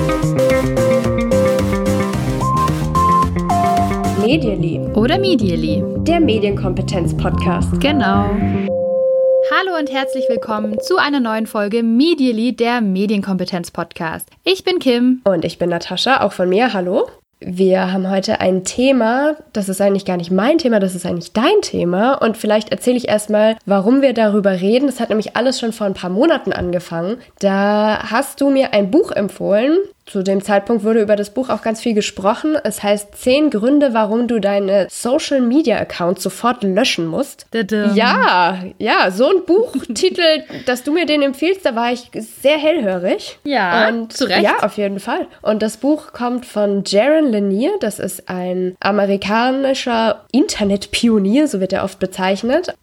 Medially. Oder Medially. Der Medienkompetenz-Podcast. Genau. Hallo und herzlich willkommen zu einer neuen Folge Medially, der Medienkompetenz-Podcast. Ich bin Kim. Und ich bin Natascha, auch von mir. Hallo. Wir haben heute ein Thema, das ist eigentlich gar nicht mein Thema, das ist eigentlich dein Thema. Und vielleicht erzähle ich erstmal, warum wir darüber reden. Das hat nämlich alles schon vor ein paar Monaten angefangen. Da hast du mir ein Buch empfohlen. Zu dem Zeitpunkt wurde über das Buch auch ganz viel gesprochen. Es heißt 10 Gründe, warum du deine Social-Media-Accounts sofort löschen musst. Ja, so ein Buchtitel, dass du mir den empfiehlst, da war ich sehr hellhörig. Ja, und zu Recht. Ja, auf jeden Fall. Und das Buch kommt von Jaron Lanier. Das ist ein amerikanischer Internetpionier, so wird er oft bezeichnet.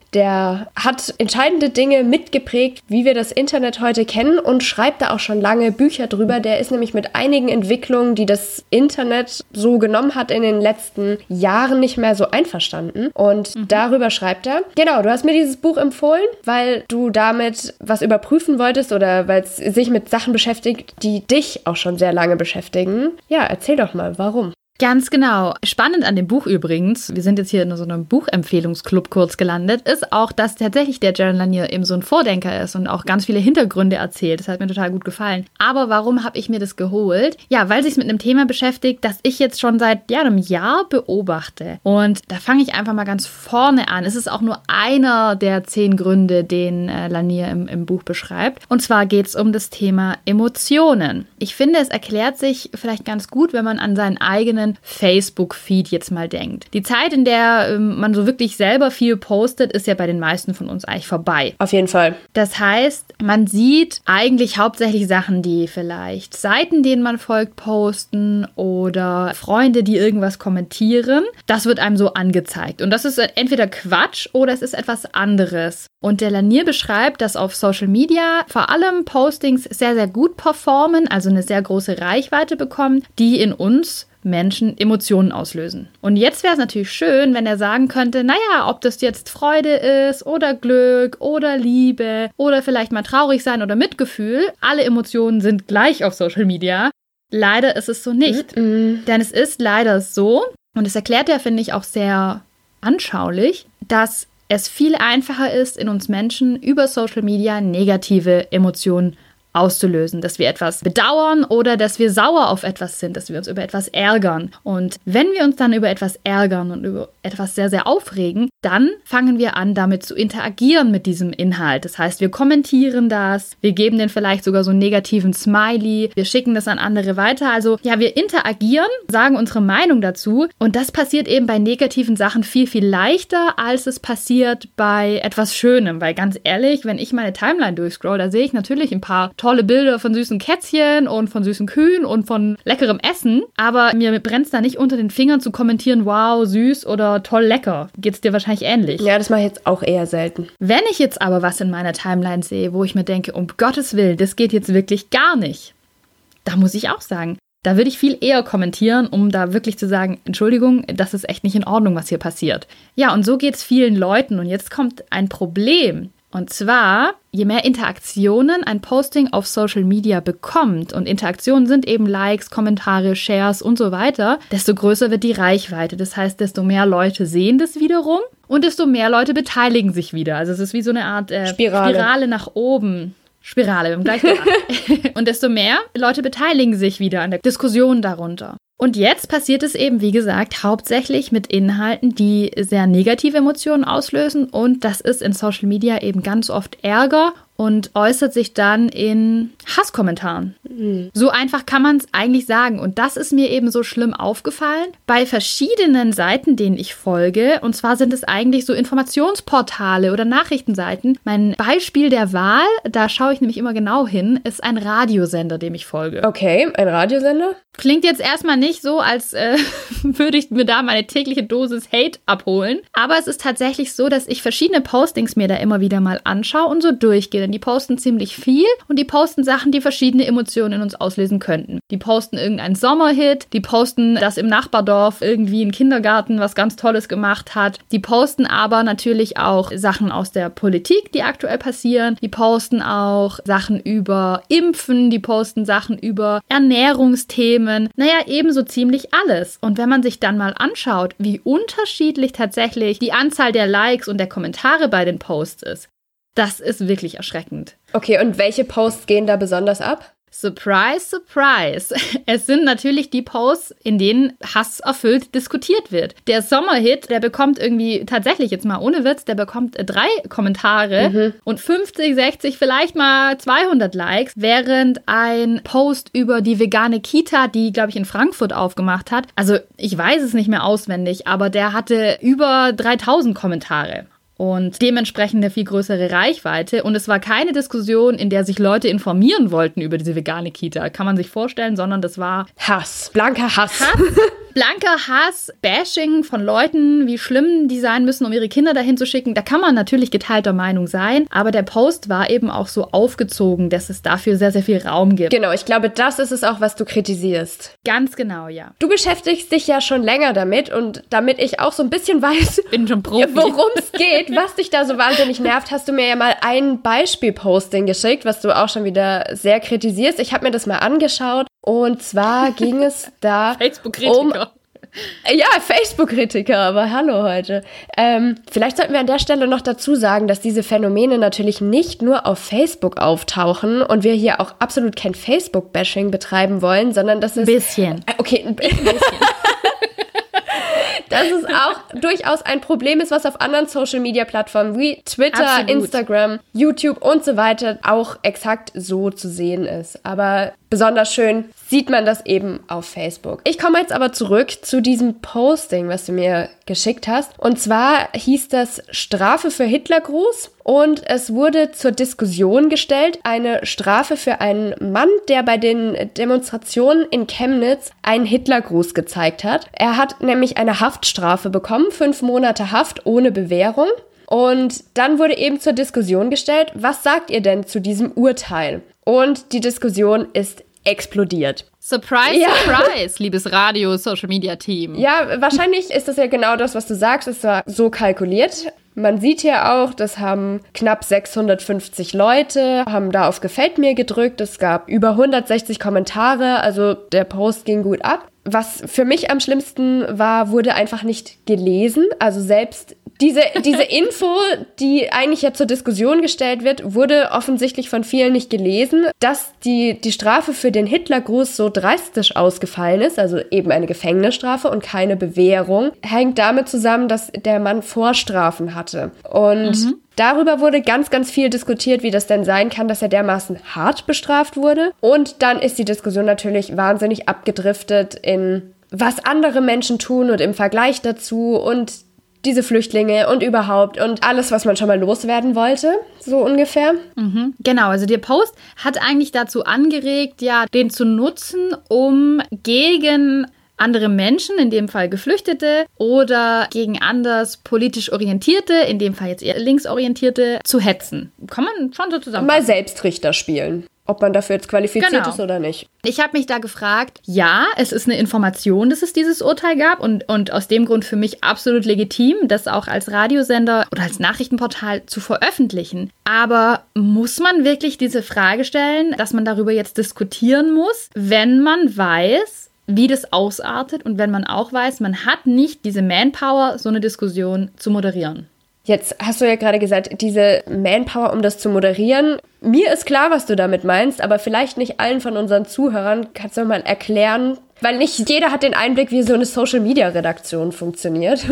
Der hat entscheidende Dinge mitgeprägt, wie wir das Internet heute kennen und schreibt da auch schon lange Bücher drüber. Der ist nämlich mit einigen Entwicklungen, die das Internet so genommen hat, in den letzten Jahren nicht mehr so einverstanden. Und darüber schreibt er. Genau, du hast mir dieses Buch empfohlen, weil du damit was überprüfen wolltest oder weil es sich mit Sachen beschäftigt, die dich auch schon sehr lange beschäftigen. Ja, erzähl doch mal, warum? Ganz genau. Spannend an dem Buch übrigens, wir sind jetzt hier in so einem Buchempfehlungsclub kurz gelandet, ist auch, dass tatsächlich der Jaron Lanier eben so ein Vordenker ist und auch ganz viele Hintergründe erzählt. Das hat mir total gut gefallen. Aber warum habe ich mir das geholt? Ja, weil sich mit einem Thema beschäftigt, das ich jetzt schon seit einem Jahr beobachte. Und da fange ich einfach mal ganz vorne an. Es ist auch nur einer der 10 Gründe, den Lanier im Buch beschreibt. Und zwar geht es um das Thema Emotionen. Ich finde, es erklärt sich vielleicht ganz gut, wenn man an seinen eigenen Facebook-Feed jetzt mal denkt. Die Zeit, in der man so wirklich selber viel postet, ist ja bei den meisten von uns eigentlich vorbei. Auf jeden Fall. Das heißt, man sieht eigentlich hauptsächlich Sachen, die vielleicht Seiten, denen man folgt, posten oder Freunde, die irgendwas kommentieren. Das wird einem so angezeigt. Und das ist entweder Quatsch oder es ist etwas anderes. Und der Lanier beschreibt, dass auf Social Media vor allem Postings sehr, sehr gut performen, also eine sehr große Reichweite bekommen, die in uns Menschen Emotionen auslösen. Und jetzt wäre es natürlich schön, wenn er sagen könnte, naja, ob das jetzt Freude ist oder Glück oder Liebe oder vielleicht mal traurig sein oder Mitgefühl, alle Emotionen sind gleich auf Social Media. Leider ist es so nicht. Denn es ist leider so, und das erklärt er, finde ich, auch sehr anschaulich, dass es viel einfacher ist, in uns Menschen über Social Media negative Emotionen auszulösen, dass wir etwas bedauern oder dass wir sauer auf etwas sind, dass wir uns über etwas ärgern. Und wenn wir uns dann über etwas ärgern und über etwas sehr, sehr aufregen, dann fangen wir an, damit zu interagieren mit diesem Inhalt. Das heißt, wir kommentieren das, wir geben den vielleicht sogar so einen negativen Smiley, wir schicken das an andere weiter. Also ja, wir interagieren, sagen unsere Meinung dazu und das passiert eben bei negativen Sachen viel, viel leichter, als es passiert bei etwas Schönem. Weil ganz ehrlich, wenn ich meine Timeline durchscroll, da sehe ich natürlich ein paar tolle Bilder von süßen Kätzchen und von süßen Kühen und von leckerem Essen, aber mir brennt es da nicht unter den Fingern zu kommentieren, wow, süß oder toll lecker. Geht's dir wahrscheinlich ähnlich? Ja, das mache ich jetzt auch eher selten. Wenn ich jetzt aber was in meiner Timeline sehe, wo ich mir denke, um Gottes Willen, das geht jetzt wirklich gar nicht, da muss ich auch sagen, da würde ich viel eher kommentieren, um da wirklich zu sagen, Entschuldigung, das ist echt nicht in Ordnung, was hier passiert. Ja, und so geht's vielen Leuten und jetzt kommt ein Problem. Und zwar, je mehr Interaktionen ein Posting auf Social Media bekommt, und Interaktionen sind eben Likes, Kommentare, Shares und so weiter, desto größer wird die Reichweite. Das heißt, desto mehr Leute sehen das wiederum und desto mehr Leute beteiligen sich wieder. Also es ist wie so eine Art Spirale nach oben. Spirale, wir haben gleich gedacht. Und desto mehr Leute beteiligen sich wieder an der Diskussion darunter. Und jetzt passiert es eben, wie gesagt, hauptsächlich mit Inhalten, die sehr negative Emotionen auslösen. Und das ist in Social Media eben ganz oft Ärger und äußert sich dann in Hasskommentaren. So einfach kann man es eigentlich sagen. Und das ist mir eben so schlimm aufgefallen bei verschiedenen Seiten, denen ich folge. Und zwar sind es eigentlich so Informationsportale oder Nachrichtenseiten. Mein Beispiel der Wahl, da schaue ich nämlich immer genau hin, ist ein Radiosender, dem ich folge. Okay, ein Radiosender? Klingt jetzt erstmal nicht so, als würde ich mir da meine tägliche Dosis Hate abholen. Aber es ist tatsächlich so, dass ich verschiedene Postings mir da immer wieder mal anschaue und so durchgehe. Denn die posten ziemlich viel und die posten Sachen, die verschiedene Emotionen Diskussionen in uns auslösen könnten. Die posten irgendeinen Sommerhit, die posten, dass im Nachbardorf irgendwie ein Kindergarten was ganz Tolles gemacht hat. Die posten aber natürlich auch Sachen aus der Politik, die aktuell passieren. Die posten auch Sachen über Impfen, die posten Sachen über Ernährungsthemen. Naja, ebenso ziemlich alles. Und wenn man sich dann mal anschaut, wie unterschiedlich tatsächlich die Anzahl der Likes und der Kommentare bei den Posts ist, das ist wirklich erschreckend. Okay, und welche Posts gehen da besonders ab? Surprise, surprise. Es sind natürlich die Posts, in denen hasserfüllt diskutiert wird. Der Sommerhit, der bekommt irgendwie, tatsächlich jetzt mal ohne Witz, der bekommt 3 Kommentare und 50, 60, vielleicht mal 200 Likes, während ein Post über die vegane Kita, die, glaube ich, in Frankfurt aufgemacht hat, also ich weiß es nicht mehr auswendig, aber der hatte über 3000 Kommentare. Und dementsprechend eine viel größere Reichweite. Und es war keine Diskussion, in der sich Leute informieren wollten über diese vegane Kita. Kann man sich vorstellen, sondern das war Hass. Blanker Hass. Blanker Hass, Bashing von Leuten, wie schlimm die sein müssen, um ihre Kinder dahin zu schicken. Da kann man natürlich geteilter Meinung sein. Aber der Post war eben auch so aufgezogen, dass es dafür sehr, sehr viel Raum gibt. Genau, ich glaube, das ist es auch, was du kritisierst. Ganz genau, ja. Du beschäftigst dich ja schon länger damit und damit ich auch so ein bisschen weiß, bin schon Profi, worum es geht, was dich da so wahnsinnig nervt, hast du mir ja mal ein Beispiel-Posting geschickt, was du auch schon wieder sehr kritisierst. Ich habe mir das mal angeschaut und zwar ging es da Facebook-Kritiker. Ja, Facebook-Kritiker, aber hallo heute. Vielleicht sollten wir an der Stelle noch dazu sagen, dass diese Phänomene natürlich nicht nur auf Facebook auftauchen und wir hier auch absolut kein Facebook-Bashing betreiben wollen, sondern dass es... Bisschen. Okay, ein bisschen. Dass es auch durchaus ein Problem ist, was auf anderen Social-Media-Plattformen wie Twitter, Absolut. Instagram, YouTube und so weiter auch exakt so zu sehen ist. Aber besonders schön sieht man das eben auf Facebook. Ich komme jetzt aber zurück zu diesem Posting, was du mir geschickt hast. Und zwar hieß das Strafe für Hitlergruß und es wurde zur Diskussion gestellt, eine Strafe für einen Mann, der bei den Demonstrationen in Chemnitz einen Hitlergruß gezeigt hat. Er hat nämlich eine Haftstrafe bekommen, 5 Monate Haft ohne Bewährung. Und dann wurde eben zur Diskussion gestellt, was sagt ihr denn zu diesem Urteil? Und die Diskussion ist explodiert. Surprise, ja. Surprise, liebes Radio-Social-Media-Team. Ja, wahrscheinlich ist das ja genau das, was du sagst. Es war so kalkuliert. Man sieht hier auch, das haben knapp 650 Leute, haben da auf Gefällt mir gedrückt. Es gab über 160 Kommentare, also der Post ging gut ab. Was für mich am schlimmsten war, wurde einfach nicht gelesen. Also selbst diese Info, die eigentlich ja zur Diskussion gestellt wird, wurde offensichtlich von vielen nicht gelesen. Dass die Strafe für den Hitlergruß so drastisch ausgefallen ist, also eben eine Gefängnisstrafe und keine Bewährung, hängt damit zusammen, dass der Mann Vorstrafen hatte. Und darüber wurde ganz, ganz viel diskutiert, wie das denn sein kann, dass er dermaßen hart bestraft wurde. Und dann ist die Diskussion natürlich wahnsinnig abgedriftet in was andere Menschen tun und im Vergleich dazu und diese Flüchtlinge und überhaupt und alles, was man schon mal loswerden wollte, so ungefähr. Genau, also der Post hat eigentlich dazu angeregt, ja, den zu nutzen, um gegen andere Menschen, in dem Fall Geflüchtete, oder gegen anders politisch Orientierte, in dem Fall jetzt eher linksorientierte, zu hetzen. Kann man schon so zusammenfassen. Mal Selbstrichter spielen. Ob man dafür jetzt qualifiziert ist oder nicht. Ich habe mich da gefragt, ja, es ist eine Information, dass es dieses Urteil gab und aus dem Grund für mich absolut legitim, das auch als Radiosender oder als Nachrichtenportal zu veröffentlichen. Aber muss man wirklich diese Frage stellen, dass man darüber jetzt diskutieren muss, wenn man weiß, wie das ausartet und wenn man auch weiß, man hat nicht diese Manpower, so eine Diskussion zu moderieren? Jetzt hast du ja gerade gesagt, diese Manpower, um das zu moderieren. Mir ist klar, was du damit meinst, aber vielleicht nicht allen von unseren Zuhörern. Kannst du mal erklären, weil nicht jeder hat den Einblick, wie so eine Social-Media-Redaktion funktioniert.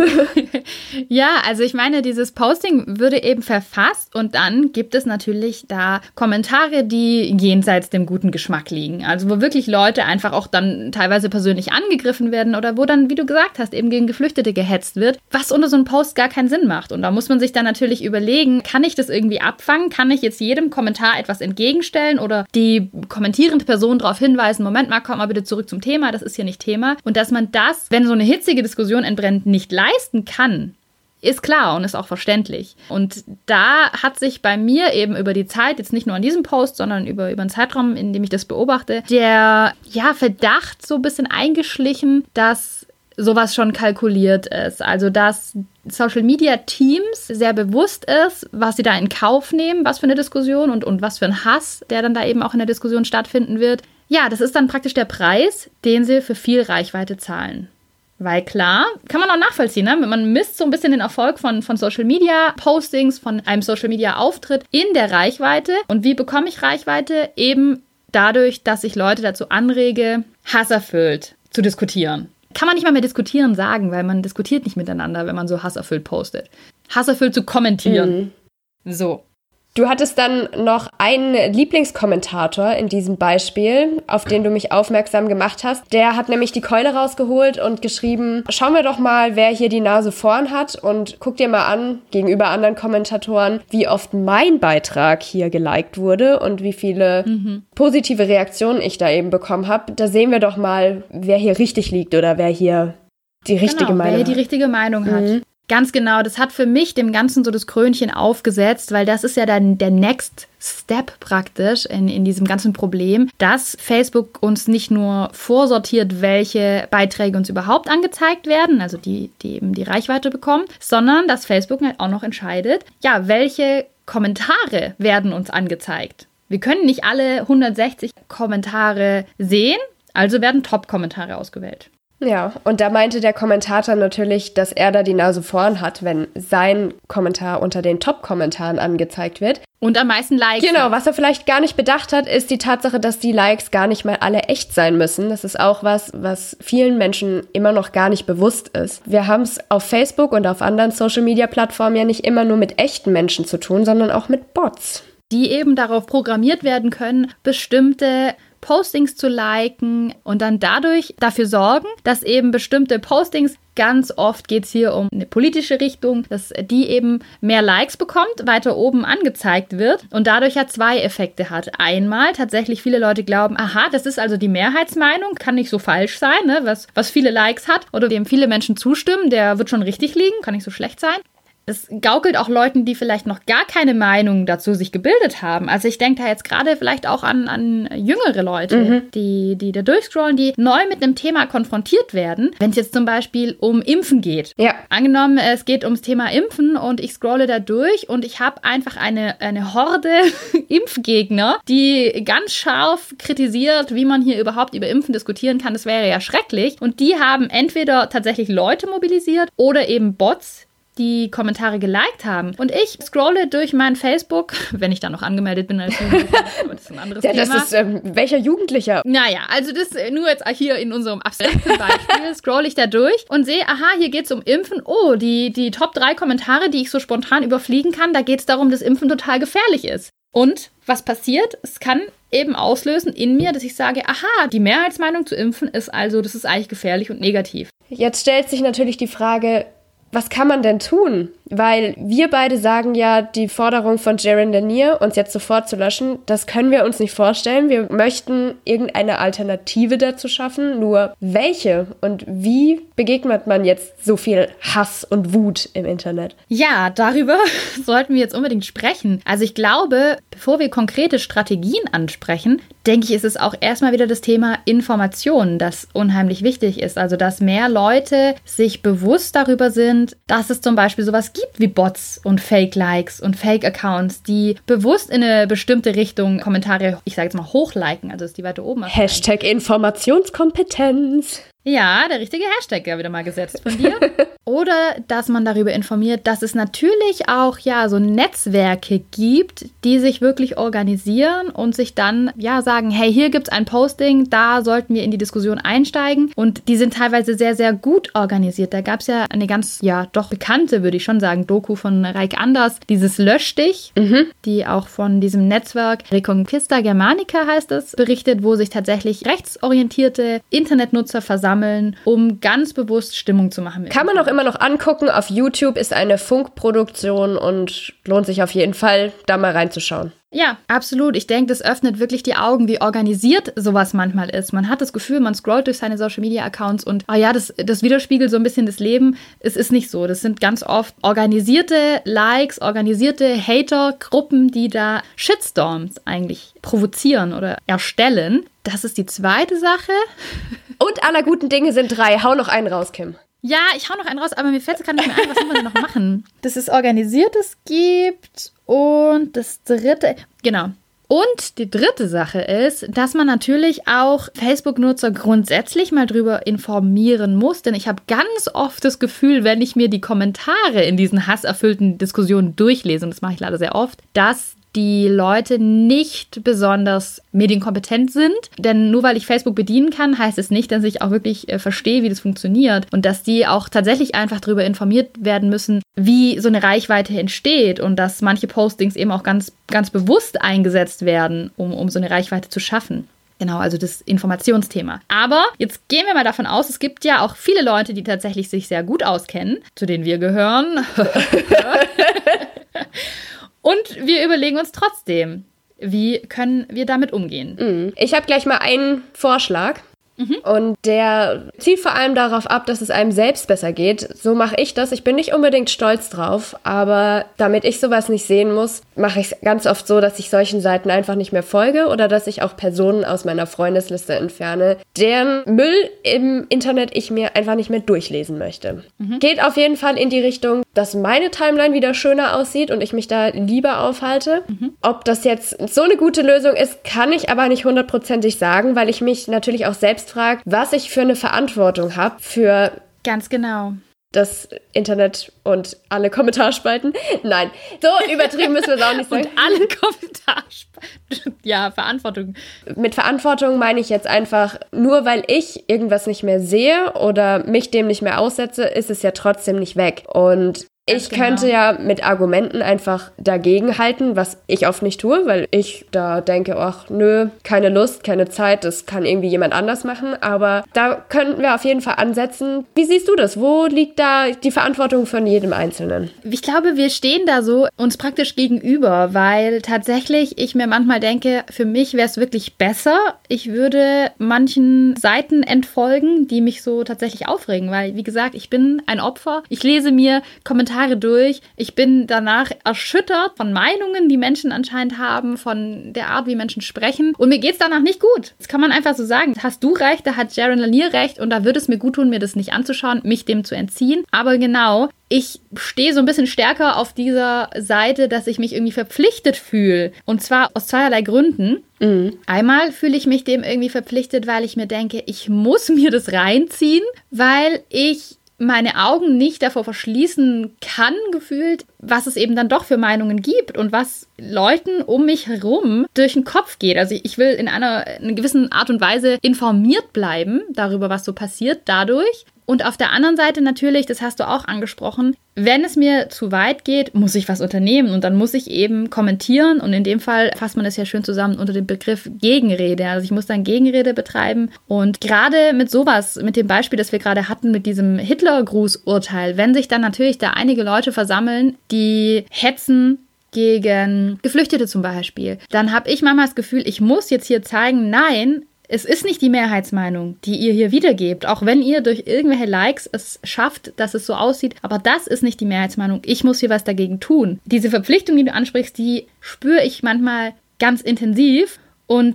Ja, also ich meine, dieses Posting würde eben verfasst und dann gibt es natürlich da Kommentare, die jenseits dem guten Geschmack liegen. Also wo wirklich Leute einfach auch dann teilweise persönlich angegriffen werden oder wo dann, wie du gesagt hast, eben gegen Geflüchtete gehetzt wird, was unter so einem Post gar keinen Sinn macht. Und da muss man sich dann natürlich überlegen, kann ich das irgendwie abfangen? Kann ich jetzt jedem Kommentar etwas entgegenstellen oder die kommentierende Person darauf hinweisen, Moment mal, komm mal bitte zurück zum Thema, das ist hier nicht Thema. Und dass man das, wenn so eine hitzige Diskussion entbrennt, nicht leisten kann, ist klar und ist auch verständlich. Und da hat sich bei mir eben über die Zeit, jetzt nicht nur an diesem Post, sondern über einen Zeitraum, in dem ich das beobachte, der Verdacht so ein bisschen eingeschlichen, dass sowas schon kalkuliert ist. Also dass Social-Media-Teams sehr bewusst ist, was sie da in Kauf nehmen, was für eine Diskussion und was für ein Hass, der dann da eben auch in der Diskussion stattfinden wird. Ja, das ist dann praktisch der Preis, den sie für viel Reichweite zahlen. Weil klar, kann man auch nachvollziehen, ne? Man misst so ein bisschen den Erfolg von Social-Media-Postings, von einem Social-Media-Auftritt in der Reichweite. Und wie bekomme ich Reichweite? Eben dadurch, dass ich Leute dazu anrege, hasserfüllt zu diskutieren. Kann man nicht mal mehr diskutieren sagen, weil man diskutiert nicht miteinander, wenn man so hasserfüllt postet. Hasserfüllt zu kommentieren. So. Du hattest dann noch einen Lieblingskommentator in diesem Beispiel, auf den du mich aufmerksam gemacht hast. Der hat nämlich die Keule rausgeholt und geschrieben, schauen wir doch mal, wer hier die Nase vorn hat und guck dir mal an, gegenüber anderen Kommentatoren, wie oft mein Beitrag hier geliked wurde und wie viele positive Reaktionen ich da eben bekommen habe. Da sehen wir doch mal, wer hier richtig liegt oder wer hier die richtige Meinung hat. Wer die richtige Meinung hat. Ganz genau, das hat für mich dem Ganzen so das Krönchen aufgesetzt, weil das ist ja dann der Next Step praktisch in diesem ganzen Problem, dass Facebook uns nicht nur vorsortiert, welche Beiträge uns überhaupt angezeigt werden, also die eben die Reichweite bekommen, sondern dass Facebook halt auch noch entscheidet, ja, welche Kommentare werden uns angezeigt. Wir können nicht alle 160 Kommentare sehen, also werden Top-Kommentare ausgewählt. Ja, und da meinte der Kommentator natürlich, dass er da die Nase vorn hat, wenn sein Kommentar unter den Top-Kommentaren angezeigt wird. Und am meisten Likes. Genau, was er vielleicht gar nicht bedacht hat, ist die Tatsache, dass die Likes gar nicht mal alle echt sein müssen. Das ist auch was vielen Menschen immer noch gar nicht bewusst ist. Wir haben es auf Facebook und auf anderen Social-Media-Plattformen ja nicht immer nur mit echten Menschen zu tun, sondern auch mit Bots. Die eben darauf programmiert werden können, bestimmte Postings zu liken und dann dadurch dafür sorgen, dass eben bestimmte Postings, ganz oft geht es hier um eine politische Richtung, dass die eben mehr Likes bekommt, weiter oben angezeigt wird und dadurch ja zwei Effekte hat. Einmal tatsächlich viele Leute glauben, aha, das ist also die Mehrheitsmeinung, kann nicht so falsch sein, ne? Was viele Likes hat oder dem viele Menschen zustimmen, der wird schon richtig liegen, kann nicht so schlecht sein. Es gaukelt auch Leuten, die vielleicht noch gar keine Meinung dazu sich gebildet haben. Also ich denke da jetzt gerade vielleicht auch an jüngere Leute, die da durchscrollen, die neu mit einem Thema konfrontiert werden. Wenn es jetzt zum Beispiel um Impfen geht. Ja. Angenommen, es geht ums Thema Impfen und ich scrolle da durch und ich habe einfach eine Horde Impfgegner, die ganz scharf kritisiert, wie man hier überhaupt über Impfen diskutieren kann. Das wäre ja schrecklich. Und die haben entweder tatsächlich Leute mobilisiert oder eben Bots, die Kommentare geliked haben. Und ich scrolle durch mein Facebook, wenn ich da noch angemeldet bin als Jugendlicher, aber das ist ein anderes Thema. Das ist, welcher Jugendlicher? Naja, also das nur jetzt hier in unserem abstrakten Beispiel, scrolle ich da durch und sehe, aha, hier geht es um Impfen. Oh, die Top 3 Kommentare, die ich so spontan überfliegen kann, da geht es darum, dass Impfen total gefährlich ist. Und was passiert? Es kann eben auslösen in mir, dass ich sage, aha, die Mehrheitsmeinung zu Impfen ist also, das ist eigentlich gefährlich und negativ. Jetzt stellt sich natürlich die Frage, was kann man denn tun? Weil wir beide sagen ja, die Forderung von Jaron Lanier, uns jetzt sofort zu löschen, das können wir uns nicht vorstellen. Wir möchten irgendeine Alternative dazu schaffen. Nur welche und wie begegnet man jetzt so viel Hass und Wut im Internet? Ja, darüber sollten wir jetzt unbedingt sprechen. Also ich glaube, bevor wir konkrete Strategien ansprechen, denke ich, ist es auch erstmal wieder das Thema Information, das unheimlich wichtig ist. Also dass mehr Leute sich bewusst darüber sind, dass es zum Beispiel sowas gibt wie Bots und Fake-Likes und Fake-Accounts, die bewusst in eine bestimmte Richtung Kommentare, ich sage jetzt mal, hochliken, also dass die weiter oben erscheinen. Hashtag Informationskompetenz. Ja, der richtige Hashtag ja wieder mal gesetzt von dir. Oder dass man darüber informiert, dass es natürlich auch ja so Netzwerke gibt, die sich wirklich organisieren und sich dann ja sagen, hey, hier gibt's ein Posting, da sollten wir in die Diskussion einsteigen. Und die sind teilweise sehr, sehr gut organisiert. Da gab's ja eine ganz, ja, doch bekannte, würde ich schon sagen, Doku von Reik Anders, dieses Lösch dich, die auch von diesem Netzwerk Reconquista Germanica heißt es, berichtet, wo sich tatsächlich rechtsorientierte Internetnutzer versammeln, um ganz bewusst Stimmung zu machen. Kann man auch immer noch angucken. Auf YouTube ist eine Funkproduktion und lohnt sich auf jeden Fall, da mal reinzuschauen. Ja, absolut. Ich denke, das öffnet wirklich die Augen, wie organisiert sowas manchmal ist. Man hat das Gefühl, man scrollt durch seine Social-Media-Accounts und, das widerspiegelt so ein bisschen das Leben. Es ist nicht so. Das sind ganz oft organisierte Likes, organisierte Hater-Gruppen, die da Shitstorms eigentlich provozieren oder erstellen. Das ist die zweite Sache. Und aller guten Dinge sind 3. Hau noch einen raus, Kim. Ja, ich hau noch einen raus, aber mir fällt es gar nicht mehr ein, was wir denn noch machen. Dass es Organisiertes gibt und das dritte, genau. Und die dritte Sache ist, dass man natürlich auch Facebook-Nutzer grundsätzlich mal drüber informieren muss, denn ich habe ganz oft das Gefühl, wenn ich mir die Kommentare in diesen hasserfüllten Diskussionen durchlese, und das mache ich leider sehr oft, dass die Leute nicht besonders medienkompetent sind. Denn nur weil ich Facebook bedienen kann, heißt es nicht, dass ich auch wirklich verstehe, wie das funktioniert. Und dass die auch tatsächlich einfach darüber informiert werden müssen, wie so eine Reichweite entsteht. Und dass manche Postings eben auch ganz, ganz bewusst eingesetzt werden, um so eine Reichweite zu schaffen. Genau, also das Informationsthema. Aber jetzt gehen wir mal davon aus, es gibt ja auch viele Leute, die tatsächlich sich sehr gut auskennen, zu denen wir gehören. Und wir überlegen uns trotzdem, wie können wir damit umgehen? Ich habe gleich mal einen Vorschlag. Und der zielt vor allem darauf ab, dass es einem selbst besser geht. So mache ich das. Ich bin nicht unbedingt stolz drauf, aber damit ich sowas nicht sehen muss, mache ich es ganz oft so, dass ich solchen Seiten einfach nicht mehr folge oder dass ich auch Personen aus meiner Freundesliste entferne, deren Müll im Internet ich mir einfach nicht mehr durchlesen möchte. Geht auf jeden Fall in die Richtung, dass meine Timeline wieder schöner aussieht und ich mich da lieber aufhalte. Ob das jetzt so eine gute Lösung ist, kann ich aber nicht 100%ig sagen, weil ich mich natürlich auch selbst frage, was ich für eine Verantwortung habe für ganz genau das Internet und alle Kommentarspalten. Nein, so übertrieben müssen wir es auch nicht sagen. Und alle Kommentarspalten. Ja, Verantwortung. Mit Verantwortung meine ich jetzt einfach, nur weil ich irgendwas nicht mehr sehe oder mich dem nicht mehr aussetze, ist es ja trotzdem nicht weg. Und ich könnte ja mit Argumenten einfach dagegen halten, was ich oft nicht tue, weil ich da denke, ach nö, keine Lust, keine Zeit, das kann irgendwie jemand anders machen. Aber da könnten wir auf jeden Fall ansetzen. Wie siehst du das? Wo liegt da die Verantwortung von jedem Einzelnen? Ich glaube, wir stehen da so uns praktisch gegenüber, weil tatsächlich ich mir manchmal denke, für mich wäre es wirklich besser, ich würde manchen Seiten entfolgen, die mich so tatsächlich aufregen, weil, wie gesagt, ich bin ein Opfer. Ich lese mir Kommentare durch. Ich bin danach erschüttert von Meinungen, die Menschen anscheinend haben, von der Art, wie Menschen sprechen. Und mir geht es danach nicht gut. Das kann man einfach so sagen. Hast du recht, da hat Jaron Lanier recht und da würde es mir gut tun, mir das nicht anzuschauen, mich dem zu entziehen. Aber genau, ich stehe so ein bisschen stärker auf dieser Seite, dass ich mich irgendwie verpflichtet fühle. Und zwar aus zweierlei Gründen. Einmal fühle ich mich dem irgendwie verpflichtet, weil ich mir denke, ich muss mir das reinziehen, weil ich meine Augen nicht davor verschließen kann, gefühlt, was es eben dann doch für Meinungen gibt und was Leuten um mich herum durch den Kopf geht. Also ich will in einer gewissen Art und Weise informiert bleiben darüber, was so passiert dadurch. Und auf der anderen Seite natürlich, das hast du auch angesprochen, wenn es mir zu weit geht, muss ich was unternehmen und dann muss ich eben kommentieren und in dem Fall fasst man es ja schön zusammen unter dem Begriff Gegenrede. Also ich muss dann Gegenrede betreiben und gerade mit sowas, mit dem Beispiel, das wir gerade hatten, mit diesem Hitlergrußurteil, wenn sich dann natürlich da einige Leute versammeln, die hetzen gegen Geflüchtete zum Beispiel, dann habe ich manchmal das Gefühl, ich muss jetzt hier zeigen, nein, es ist nicht die Mehrheitsmeinung, die ihr hier wiedergebt, auch wenn ihr durch irgendwelche Likes es schafft, dass es so aussieht, aber das ist nicht die Mehrheitsmeinung. Ich muss hier was dagegen tun. Diese Verpflichtung, die du ansprichst, die spüre ich manchmal ganz intensiv und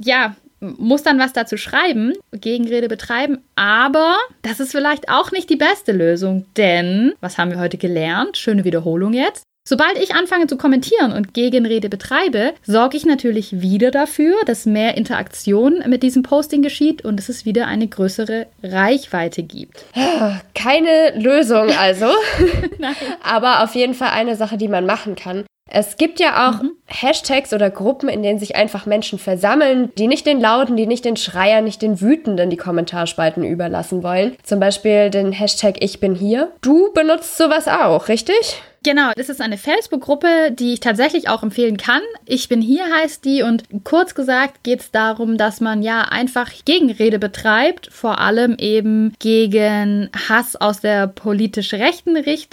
muss dann was dazu schreiben, Gegenrede betreiben, aber das ist vielleicht auch nicht die beste Lösung, denn, was haben wir heute gelernt? Schöne Wiederholung jetzt. Sobald ich anfange zu kommentieren und Gegenrede betreibe, sorge ich natürlich wieder dafür, dass mehr Interaktion mit diesem Posting geschieht und dass es wieder eine größere Reichweite gibt. Keine Lösung also, Nein. Aber auf jeden Fall eine Sache, die man machen kann. Es gibt ja auch Hashtags oder Gruppen, in denen sich einfach Menschen versammeln, die nicht den Lauten, die nicht den Schreiern, nicht den Wütenden die Kommentarspalten überlassen wollen. Zum Beispiel den Hashtag Ich bin hier. Du benutzt sowas auch, richtig? Genau, das ist eine Facebook-Gruppe, die ich tatsächlich auch empfehlen kann. Ich bin hier heißt die und kurz gesagt geht es darum, dass man ja einfach Gegenrede betreibt, vor allem eben gegen Hass aus der politisch rechten Richtung.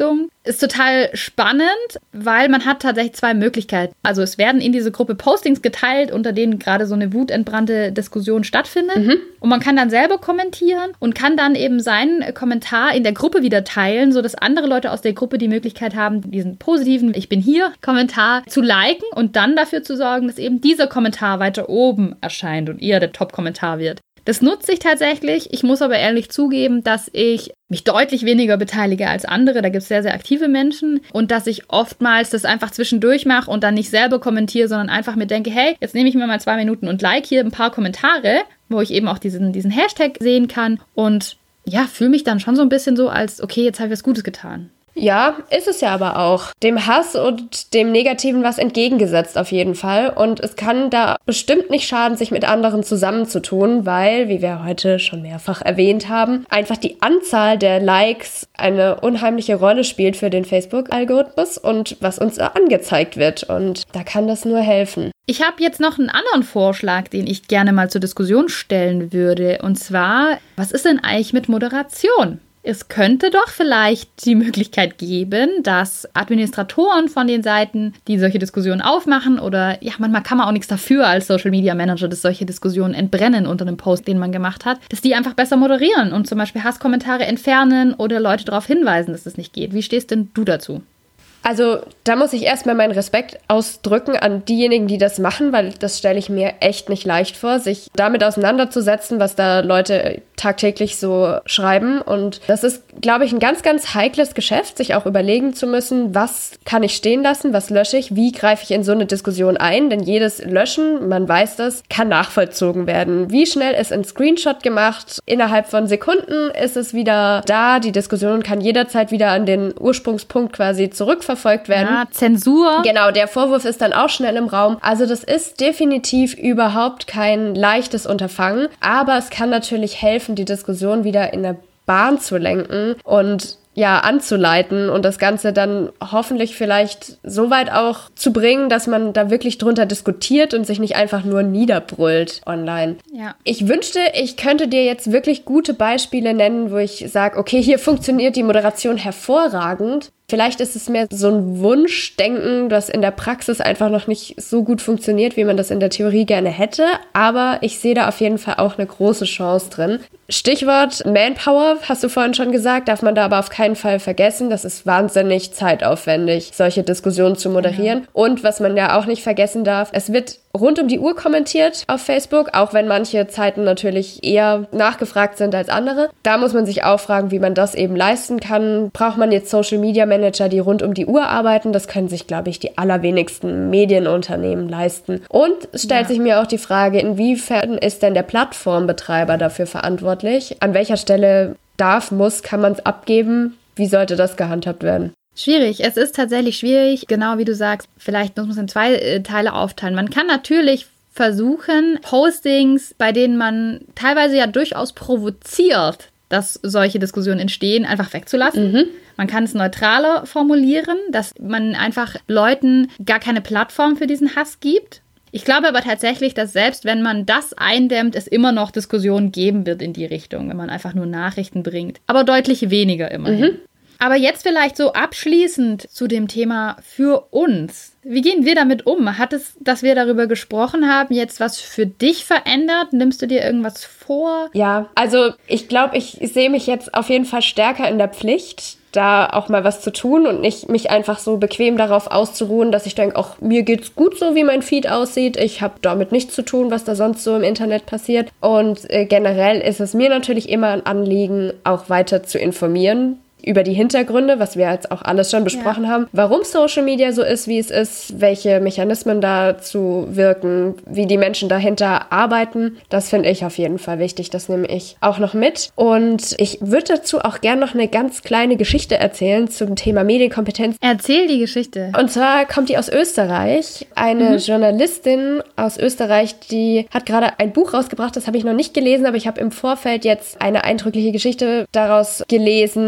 Ist total spannend, weil man hat tatsächlich 2 Möglichkeiten. Also es werden in diese Gruppe Postings geteilt, unter denen gerade so eine wutentbrannte Diskussion stattfindet. Und man kann dann selber kommentieren und kann dann eben seinen Kommentar in der Gruppe wieder teilen, sodass andere Leute aus der Gruppe die Möglichkeit haben, diesen positiven "Ich bin hier" Kommentar zu liken und dann dafür zu sorgen, dass eben dieser Kommentar weiter oben erscheint und eher der Top-Kommentar wird. Das nutze ich tatsächlich. Ich muss aber ehrlich zugeben, dass ich mich deutlich weniger beteilige als andere. Da gibt es sehr, sehr aktive Menschen. Und dass ich oftmals das einfach zwischendurch mache und dann nicht selber kommentiere, sondern einfach mir denke, hey, jetzt nehme ich mir mal 2 Minuten und like hier ein paar Kommentare, wo ich eben auch diesen Hashtag sehen kann. Und ja, fühle mich dann schon so ein bisschen so als, okay, jetzt habe ich was Gutes getan. Ja, ist es ja aber auch. Dem Hass und dem Negativen was entgegengesetzt auf jeden Fall. Und es kann da bestimmt nicht schaden, sich mit anderen zusammenzutun, weil, wie wir heute schon mehrfach erwähnt haben, einfach die Anzahl der Likes eine unheimliche Rolle spielt für den Facebook-Algorithmus und was uns da angezeigt wird. Und da kann das nur helfen. Ich habe jetzt noch einen anderen Vorschlag, den ich gerne mal zur Diskussion stellen würde. Und zwar, was ist denn eigentlich mit Moderation? Es könnte doch vielleicht die Möglichkeit geben, dass Administratoren von den Seiten, die solche Diskussionen aufmachen oder ja, manchmal kann man auch nichts dafür als Social Media Manager, dass solche Diskussionen entbrennen unter einem Post, den man gemacht hat, dass die einfach besser moderieren und zum Beispiel Hasskommentare entfernen oder Leute darauf hinweisen, dass das nicht geht. Wie stehst denn du dazu? Also da muss ich erstmal meinen Respekt ausdrücken an diejenigen, die das machen, weil das stelle ich mir echt nicht leicht vor, sich damit auseinanderzusetzen, was da Leute tagtäglich so schreiben. Und das ist, glaube ich, ein ganz, ganz heikles Geschäft, sich auch überlegen zu müssen, was kann ich stehen lassen, was lösche ich, wie greife ich in so eine Diskussion ein. Denn jedes Löschen, man weiß das, kann nachvollzogen werden. Wie schnell ist ein Screenshot gemacht? Innerhalb von Sekunden ist es wieder da. Die Diskussion kann jederzeit wieder an den Ursprungspunkt quasi zurückverfolgt werden. Ja, Zensur. Genau, der Vorwurf ist dann auch schnell im Raum. Also das ist definitiv überhaupt kein leichtes Unterfangen. Aber es kann natürlich helfen, die Diskussion wieder in eine Bahn zu lenken und ja, anzuleiten und das Ganze dann hoffentlich vielleicht so weit auch zu bringen, dass man da wirklich drunter diskutiert und sich nicht einfach nur niederbrüllt online. Ja. Ich wünschte, ich könnte dir jetzt wirklich gute Beispiele nennen, wo ich sage, okay, hier funktioniert die Moderation hervorragend. Vielleicht ist es mehr so ein Wunschdenken, das in der Praxis einfach noch nicht so gut funktioniert, wie man das in der Theorie gerne hätte. Aber ich sehe da auf jeden Fall auch eine große Chance drin. Stichwort Manpower, hast du vorhin schon gesagt, darf man da aber auf keinen Fall vergessen. Das ist wahnsinnig zeitaufwendig, solche Diskussionen zu moderieren. Ja. Und was man ja auch nicht vergessen darf, es wird rund um die Uhr kommentiert auf Facebook, auch wenn manche Zeiten natürlich eher nachgefragt sind als andere. Da muss man sich auch fragen, wie man das eben leisten kann. Braucht man jetzt Social Media Manager, die rund um die Uhr arbeiten? Das können sich, glaube ich, die allerwenigsten Medienunternehmen leisten. Und es stellt sich mir auch die Frage, inwiefern ist denn der Plattformbetreiber dafür verantwortlich? An welcher Stelle kann man es abgeben? Wie sollte das gehandhabt werden? Schwierig. Es ist tatsächlich schwierig, genau wie du sagst. Vielleicht muss man es in 2 Teile aufteilen. Man kann natürlich versuchen, Postings, bei denen man teilweise ja durchaus provoziert, dass solche Diskussionen entstehen, einfach wegzulassen. Man kann es neutraler formulieren, dass man einfach Leuten gar keine Plattform für diesen Hass gibt. Ich glaube aber tatsächlich, dass selbst wenn man das eindämmt, es immer noch Diskussionen geben wird in die Richtung, wenn man einfach nur Nachrichten bringt. Aber deutlich weniger immerhin. Aber jetzt vielleicht so abschließend zu dem Thema für uns. Wie gehen wir damit um? Hat es, dass wir darüber gesprochen haben, jetzt was für dich verändert? Nimmst du dir irgendwas vor? Ja, also ich glaube, ich sehe mich jetzt auf jeden Fall stärker in der Pflicht, da auch mal was zu tun und nicht mich einfach so bequem darauf auszuruhen, dass ich denke, auch mir geht's gut so, wie mein Feed aussieht. Ich habe damit nichts zu tun, was da sonst so im Internet passiert. Und generell ist es mir natürlich immer ein Anliegen, auch weiter zu informieren über die Hintergründe, was wir jetzt auch alles schon besprochen haben, warum Social Media so ist, wie es ist, welche Mechanismen dazu wirken, wie die Menschen dahinter arbeiten. Das finde ich auf jeden Fall wichtig. Das nehme ich auch noch mit. Und ich würde dazu auch gerne noch eine ganz kleine Geschichte erzählen zum Thema Medienkompetenz. Erzähl die Geschichte. Und zwar kommt die aus Österreich. Eine Journalistin aus Österreich, die hat gerade ein Buch rausgebracht, das habe ich noch nicht gelesen, aber ich habe im Vorfeld jetzt eine eindrückliche Geschichte daraus gelesen, wie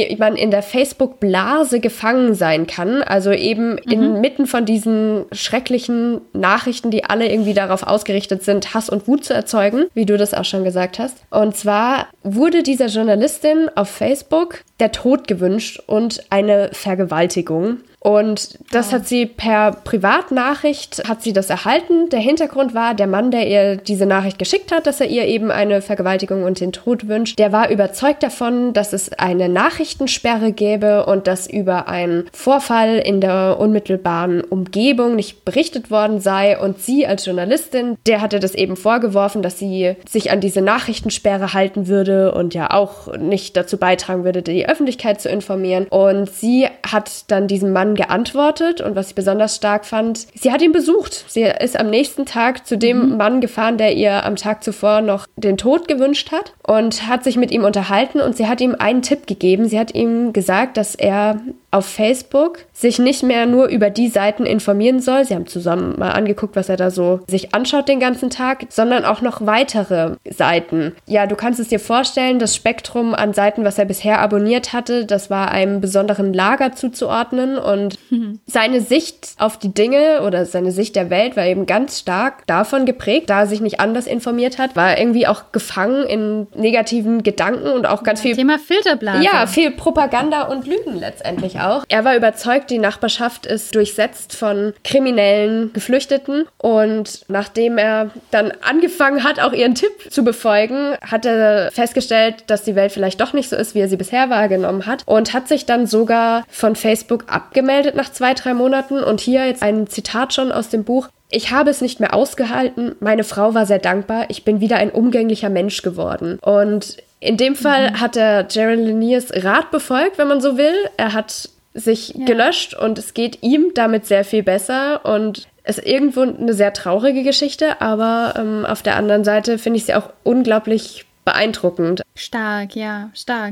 wie man in der Facebook-Blase gefangen sein kann. Also eben inmitten von diesen schrecklichen Nachrichten, die alle irgendwie darauf ausgerichtet sind, Hass und Wut zu erzeugen, wie du das auch schon gesagt hast. Und zwar wurde dieser Journalistin auf Facebook der Tod gewünscht und eine Vergewaltigung. Und das hat sie per Privatnachricht, hat sie das erhalten. Der Hintergrund war, der Mann, der ihr diese Nachricht geschickt hat, dass er ihr eben eine Vergewaltigung und den Tod wünscht, der war überzeugt davon, dass es eine Nachrichtensperre gäbe und dass über einen Vorfall in der unmittelbaren Umgebung nicht berichtet worden sei. Und sie als Journalistin, der hatte das eben vorgeworfen, dass sie sich an diese Nachrichtensperre halten würde und ja auch nicht dazu beitragen würde, die Öffentlichkeit zu informieren. Und sie hat dann diesem Mann geantwortet und was ich besonders stark fand, sie hat ihn besucht. Sie ist am nächsten Tag zu dem Mann gefahren, der ihr am Tag zuvor noch den Tod gewünscht hat und hat sich mit ihm unterhalten und sie hat ihm einen Tipp gegeben. Sie hat ihm gesagt, dass er auf Facebook sich nicht mehr nur über die Seiten informieren soll. Sie haben zusammen mal angeguckt, was er da so sich anschaut den ganzen Tag, sondern auch noch weitere Seiten. Ja, du kannst es dir vorstellen, das Spektrum an Seiten, was er bisher abonniert hatte, das war einem besonderen Lager zuzuordnen und seine Sicht auf die Dinge oder seine Sicht der Welt war eben ganz stark davon geprägt, da er sich nicht anders informiert hat, war irgendwie auch gefangen in negativen Gedanken und auch ganz viel Thema Filterblase. Ja, viel Propaganda und Lügen letztendlich auch. Er war überzeugt, die Nachbarschaft ist durchsetzt von kriminellen Geflüchteten und nachdem er dann angefangen hat, auch ihren Tipp zu befolgen, hat er festgestellt, dass die Welt vielleicht doch nicht so ist, wie er sie bisher wahrgenommen hat und hat sich dann sogar von Facebook abgemeldet nach 2-3 Monaten und hier jetzt ein Zitat schon aus dem Buch. Ich habe es nicht mehr ausgehalten, meine Frau war sehr dankbar, ich bin wieder ein umgänglicher Mensch geworden. Und in dem Fall hat er Jaron Laniers Rat befolgt, wenn man so will. Er hat sich gelöscht und es geht ihm damit sehr viel besser und es ist irgendwo eine sehr traurige Geschichte, aber auf der anderen Seite finde ich sie auch unglaublich beeindruckend. Stark, ja.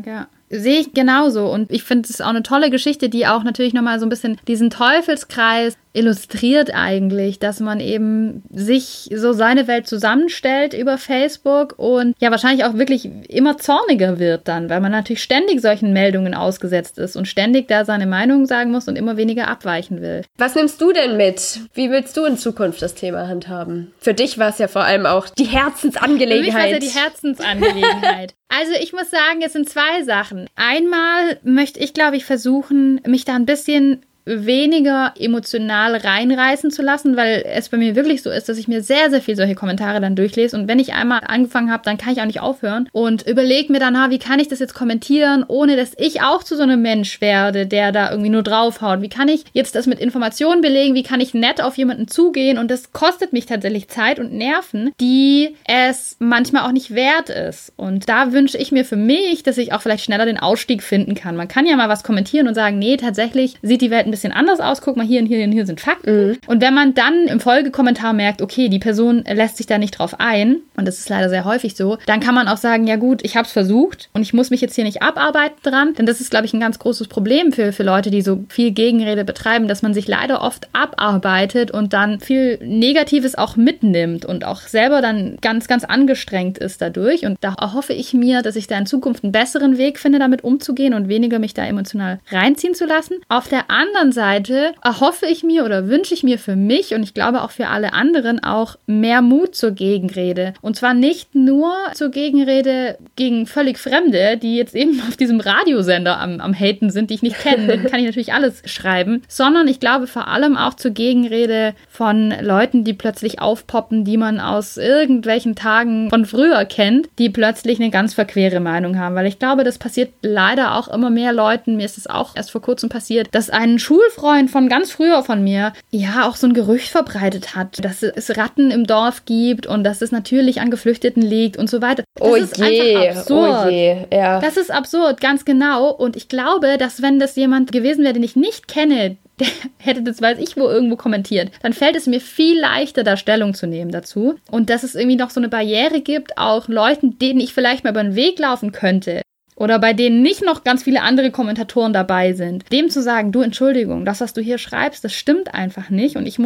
Sehe ich genauso und ich finde es auch eine tolle Geschichte, die auch natürlich nochmal so ein bisschen diesen Teufelskreis illustriert eigentlich, dass man eben sich so seine Welt zusammenstellt über Facebook und ja wahrscheinlich auch wirklich immer zorniger wird dann, weil man natürlich ständig solchen Meldungen ausgesetzt ist und ständig da seine Meinung sagen muss und immer weniger abweichen will. Was nimmst du denn mit? Wie willst du in Zukunft das Thema handhaben? Für dich war es ja vor allem auch die Herzensangelegenheit. Für mich war es ja die Herzensangelegenheit. Also ich muss sagen, es sind 2 Sachen. Einmal möchte ich, glaube ich, versuchen, mich da ein bisschen weniger emotional reinreißen zu lassen, weil es bei mir wirklich so ist, dass ich mir sehr, sehr viel solche Kommentare dann durchlese und wenn ich einmal angefangen habe, dann kann ich auch nicht aufhören und überlege mir dann, wie kann ich das jetzt kommentieren, ohne dass ich auch zu so einem Mensch werde, der da irgendwie nur draufhaut. Wie kann ich jetzt das mit Informationen belegen? Wie kann ich nett auf jemanden zugehen? Und das kostet mich tatsächlich Zeit und Nerven, die es manchmal auch nicht wert ist. Und da wünsche ich mir für mich, dass ich auch vielleicht schneller den Ausstieg finden kann. Man kann ja mal was kommentieren und sagen, nee, tatsächlich sieht die Welt ein bisschen anders aus. Guck mal, hier und hier und hier sind Fakten. Und wenn man dann im Folgekommentar merkt, okay, die Person lässt sich da nicht drauf ein, und das ist leider sehr häufig so, dann kann man auch sagen, ja gut, ich habe es versucht und ich muss mich jetzt hier nicht abarbeiten dran, denn das ist, glaube ich, ein ganz großes Problem für Leute, die so viel Gegenrede betreiben, dass man sich leider oft abarbeitet und dann viel Negatives auch mitnimmt und auch selber dann ganz, ganz angestrengt ist dadurch. Und da erhoffe ich mir, dass ich da in Zukunft einen besseren Weg finde, damit umzugehen und weniger mich da emotional reinziehen zu lassen. Auf der anderen Seite erhoffe ich mir oder wünsche ich mir für mich und ich glaube auch für alle anderen auch mehr Mut zur Gegenrede. Und zwar nicht nur zur Gegenrede gegen völlig Fremde, die jetzt eben auf diesem Radiosender am Haten sind, die ich nicht kenne, dann kann ich natürlich alles schreiben, sondern ich glaube vor allem auch zur Gegenrede von Leuten, die plötzlich aufpoppen, die man aus irgendwelchen Tagen von früher kennt, die plötzlich eine ganz verquere Meinung haben, weil ich glaube, das passiert leider auch immer mehr Leuten, mir ist es auch erst vor kurzem passiert, dass ein Schulfreund von ganz früher von mir ja auch so ein Gerücht verbreitet hat, dass es Ratten im Dorf gibt und dass es natürlich an Geflüchteten liegt und so weiter. Das ist einfach absurd. Oh je, ja. Das ist absurd, ganz genau. Und ich glaube, dass wenn das jemand gewesen wäre, den ich nicht kenne, der hätte das, weiß ich wo, irgendwo kommentiert, dann fällt es mir viel leichter, da Stellung zu nehmen dazu. Und dass es irgendwie noch so eine Barriere gibt, auch Leuten, denen ich vielleicht mal über den Weg laufen könnte, oder bei denen nicht noch ganz viele andere Kommentatoren dabei sind, dem zu sagen, du, Entschuldigung, das, was du hier schreibst, das stimmt einfach nicht und ich muss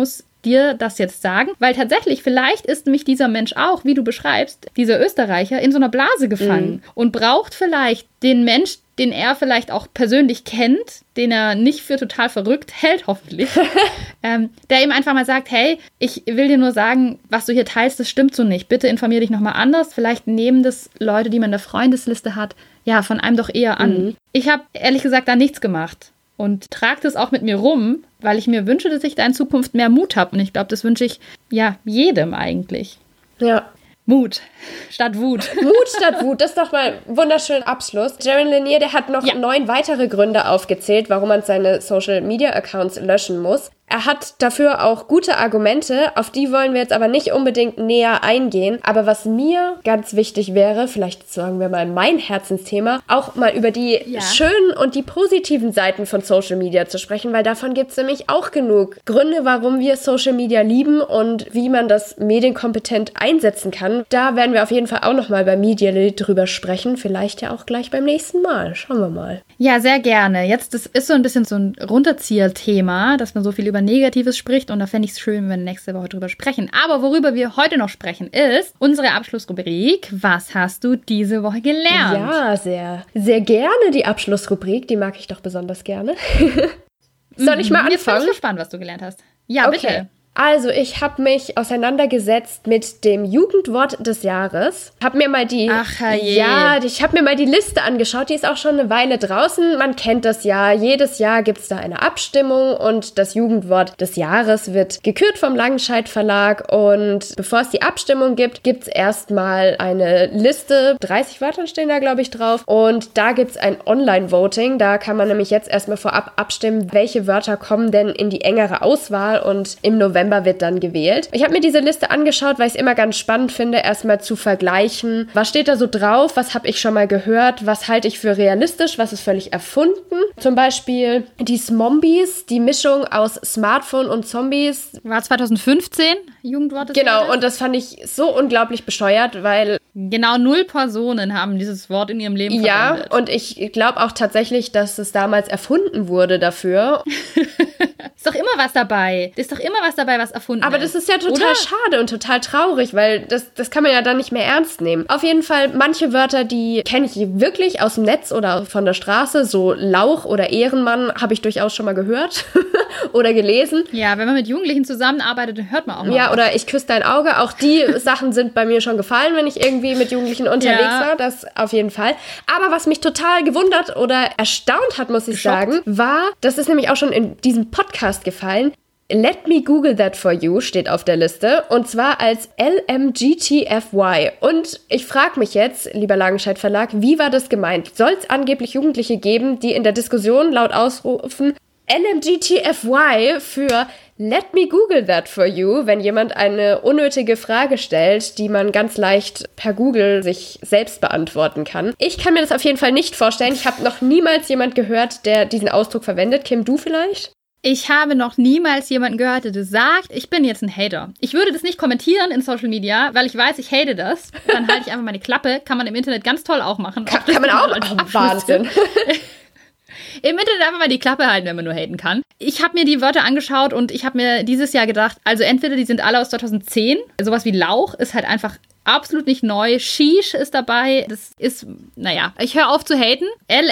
dir das jetzt sagen, weil tatsächlich, vielleicht ist nämlich dieser Mensch auch, wie du beschreibst, dieser Österreicher, in so einer Blase gefangen und braucht vielleicht den Mensch, den er vielleicht auch persönlich kennt, den er nicht für total verrückt hält, hoffentlich, der ihm einfach mal sagt, hey, ich will dir nur sagen, was du hier teilst, das stimmt so nicht. Bitte informier dich nochmal anders. Vielleicht nehmen das Leute, die man in der Freundesliste hat, ja, von einem doch eher an. Ich habe ehrlich gesagt da nichts gemacht und trage das auch mit mir rum, weil ich mir wünsche, dass ich da in Zukunft mehr Mut habe. Und ich glaube, das wünsche ich ja jedem eigentlich. Ja. Mut statt Wut. Mut statt Wut, das ist doch mal ein wunderschöner Abschluss. Jaron Lanier, der hat noch 9 weitere Gründe aufgezählt, warum man seine Social-Media-Accounts löschen muss. Er hat dafür auch gute Argumente, auf die wollen wir jetzt aber nicht unbedingt näher eingehen. Aber was mir ganz wichtig wäre, vielleicht sagen wir mal mein Herzensthema, auch mal über die schönen und die positiven Seiten von Social Media zu sprechen, weil davon gibt es nämlich auch genug Gründe, warum wir Social Media lieben und wie man das medienkompetent einsetzen kann. Da werden wir auf jeden Fall auch nochmal bei Medially drüber sprechen, vielleicht ja auch gleich beim nächsten Mal. Schauen wir mal. Ja, sehr gerne. Jetzt, das ist so ein bisschen so ein Runterzieher-Thema, dass man so viel über Negatives spricht und da fände ich es schön, wenn wir nächste Woche drüber sprechen. Aber worüber wir heute noch sprechen, ist unsere Abschlussrubrik. Was hast du diese Woche gelernt? Ja, sehr, sehr gerne die Abschlussrubrik. Die mag ich doch besonders gerne. Soll ich mal anfangen? Jetzt bin ich gespannt, was du gelernt hast. Ja, okay. Bitte. Also, ich habe mich auseinandergesetzt mit dem Jugendwort des Jahres. Ich habe mir mal die Liste angeschaut. Die ist auch schon eine Weile draußen. Man kennt das ja. Jedes Jahr gibt es da eine Abstimmung und das Jugendwort des Jahres wird gekürt vom Langenscheidt Verlag. Und bevor es die Abstimmung gibt, gibt es erstmal eine Liste. 30 Wörter stehen da, glaube ich, drauf. Und da gibt es ein Online-Voting. Da kann man nämlich jetzt erstmal vorab abstimmen, welche Wörter kommen denn in die engere Auswahl. Und im November wird dann gewählt. Ich habe mir diese Liste angeschaut, weil ich es immer ganz spannend finde, erstmal zu vergleichen, was steht da so drauf, was habe ich schon mal gehört, was halte ich für realistisch, was ist völlig erfunden. Zum Beispiel die Smombies, die Mischung aus Smartphone und Zombies. War 2015 Jugendwort des Jahres? Genau, und das fand ich so unglaublich bescheuert, weil... Genau 0 Personen haben dieses Wort in ihrem Leben verwendet. Ja, und ich glaube auch tatsächlich, dass es damals erfunden wurde dafür. Ist doch immer was dabei. Ist doch immer was dabei, was erfunden ist. Aber das ist ja total schade und total traurig, weil das kann man ja dann nicht mehr ernst nehmen. Auf jeden Fall, manche Wörter, die kenne ich wirklich aus dem Netz oder von der Straße. So Lauch oder Ehrenmann habe ich durchaus schon mal gehört oder gelesen. Ja, wenn man mit Jugendlichen zusammenarbeitet, dann hört man auch mal was. Oder ich küsse dein Auge. Auch die Sachen sind bei mir schon gefallen, wenn ich irgendwie mit Jugendlichen unterwegs war. Das auf jeden Fall. Aber was mich total gewundert oder erstaunt hat, muss ich sagen, war, das ist nämlich auch schon in diesem Podcast gefallen, Let me Google that for you steht auf der Liste und zwar als LMGTFY. Und ich frage mich jetzt, lieber Langenscheidt Verlag, wie war das gemeint? Soll es angeblich Jugendliche geben, die in der Diskussion laut ausrufen, LMGTFY für Let me Google that for you, wenn jemand eine unnötige Frage stellt, die man ganz leicht per Google sich selbst beantworten kann? Ich kann mir das auf jeden Fall nicht vorstellen. Ich habe noch niemals jemand gehört, der diesen Ausdruck verwendet. Kim, du vielleicht? Ich habe noch niemals jemanden gehört, der das sagt, ich bin jetzt ein Hater. Ich würde das nicht kommentieren in Social Media, weil ich weiß, ich hate das. Dann halte ich einfach meine Klappe. Kann man im Internet ganz toll auch machen. Kann man auch? Wahnsinn. Im Internet einfach mal die Klappe halten, wenn man nur haten kann. Ich habe mir die Wörter angeschaut und ich habe mir dieses Jahr gedacht, also entweder die sind alle aus 2010, sowas wie Lauch ist halt einfach absolut nicht neu. Sheesh ist dabei. Das ist, naja, ich höre auf zu haten.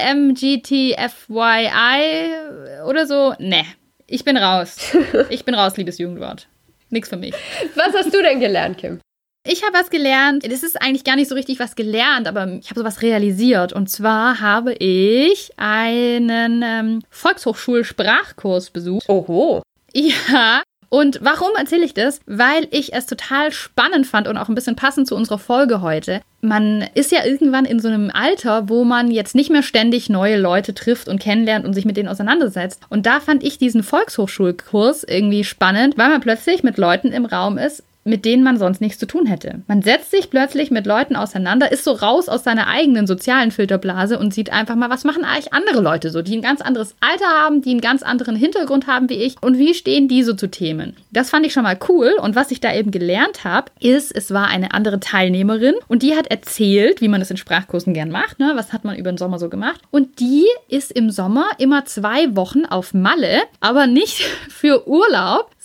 LMGTFYI oder so, ne. Ich bin raus. Ich bin raus, liebes Jugendwort. Nix für mich. Was hast du denn gelernt, Kim? Ich habe was gelernt. Das ist eigentlich gar nicht so richtig was gelernt, aber ich habe sowas realisiert. Und zwar habe ich einen Volkshochschul-Sprachkurs besucht. Oho. Ja. Und warum erzähle ich das? Weil ich es total spannend fand und auch ein bisschen passend zu unserer Folge heute. Man ist ja irgendwann in so einem Alter, wo man jetzt nicht mehr ständig neue Leute trifft und kennenlernt und sich mit denen auseinandersetzt. Und da fand ich diesen Volkshochschulkurs irgendwie spannend, weil man plötzlich mit Leuten im Raum ist, mit denen man sonst nichts zu tun hätte. Man setzt sich plötzlich mit Leuten auseinander, ist so raus aus seiner eigenen sozialen Filterblase und sieht einfach mal, was machen eigentlich andere Leute so, die ein ganz anderes Alter haben, die einen ganz anderen Hintergrund haben wie ich und wie stehen die so zu Themen. Das fand ich schon mal cool und was ich da eben gelernt habe, ist, es war eine andere Teilnehmerin und die hat erzählt, wie man das in Sprachkursen gern macht, ne? Was hat man über den Sommer so gemacht und die ist im Sommer immer 2 Wochen auf Malle, aber nicht für Urlaub,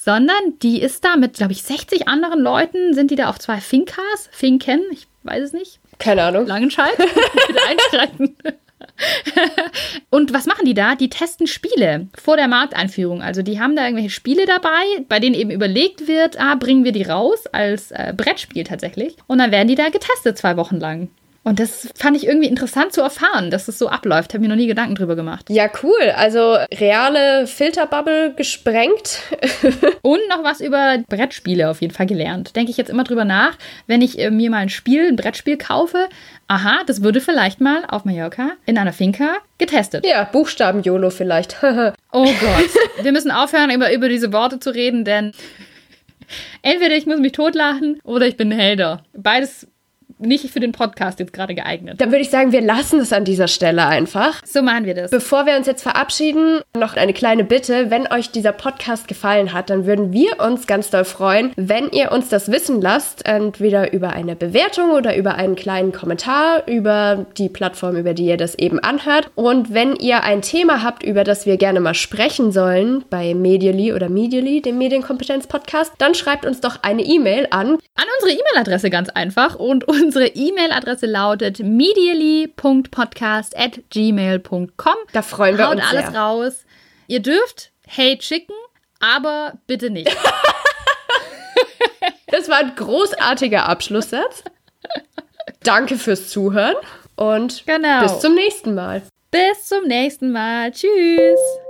sondern die ist da mit, glaube ich, 60 anderen Leuten, sind die da auf 2 Finken, ich weiß es nicht. Keine Ahnung. Langenscheid, bitte einschreiten. Und was machen die da? Die testen Spiele vor der Markteinführung. Also die haben da irgendwelche Spiele dabei, bei denen eben überlegt wird, bringen wir die raus als Brettspiel tatsächlich. Und dann werden die da getestet 2 Wochen lang. Und das fand ich irgendwie interessant zu erfahren, dass es so abläuft. Habe mir noch nie Gedanken drüber gemacht. Ja, cool. Also reale Filterbubble gesprengt. Und noch was über Brettspiele auf jeden Fall gelernt. Denke ich jetzt immer drüber nach, wenn ich mir mal ein Brettspiel kaufe. Aha, das würde vielleicht mal auf Mallorca in einer Finca getestet. Ja, Buchstaben-YOLO vielleicht. Oh Gott, wir müssen aufhören, über diese Worte zu reden, denn entweder ich muss mich totlachen oder ich bin ein Helder. Beides nicht für den Podcast jetzt gerade geeignet. Dann würde ich sagen, wir lassen es an dieser Stelle einfach. So machen wir das. Bevor wir uns jetzt verabschieden, noch eine kleine Bitte. Wenn euch dieser Podcast gefallen hat, dann würden wir uns ganz doll freuen, wenn ihr uns das wissen lasst. Entweder über eine Bewertung oder über einen kleinen Kommentar über die Plattform, über die ihr das eben anhört. Und wenn ihr ein Thema habt, über das wir gerne mal sprechen sollen, bei Medially oder Medially, dem Medienkompetenz-Podcast, dann schreibt uns doch eine E-Mail an unsere E-Mail-Adresse ganz einfach. Und unsere E-Mail-Adresse lautet medially.podcast@gmail.com. Da freuen wir uns sehr. Haut alles raus. Ihr dürft Hate schicken, aber bitte nicht. Das war ein großartiger Abschlusssatz. Danke fürs Zuhören und bis zum nächsten Mal. Bis zum nächsten Mal. Tschüss.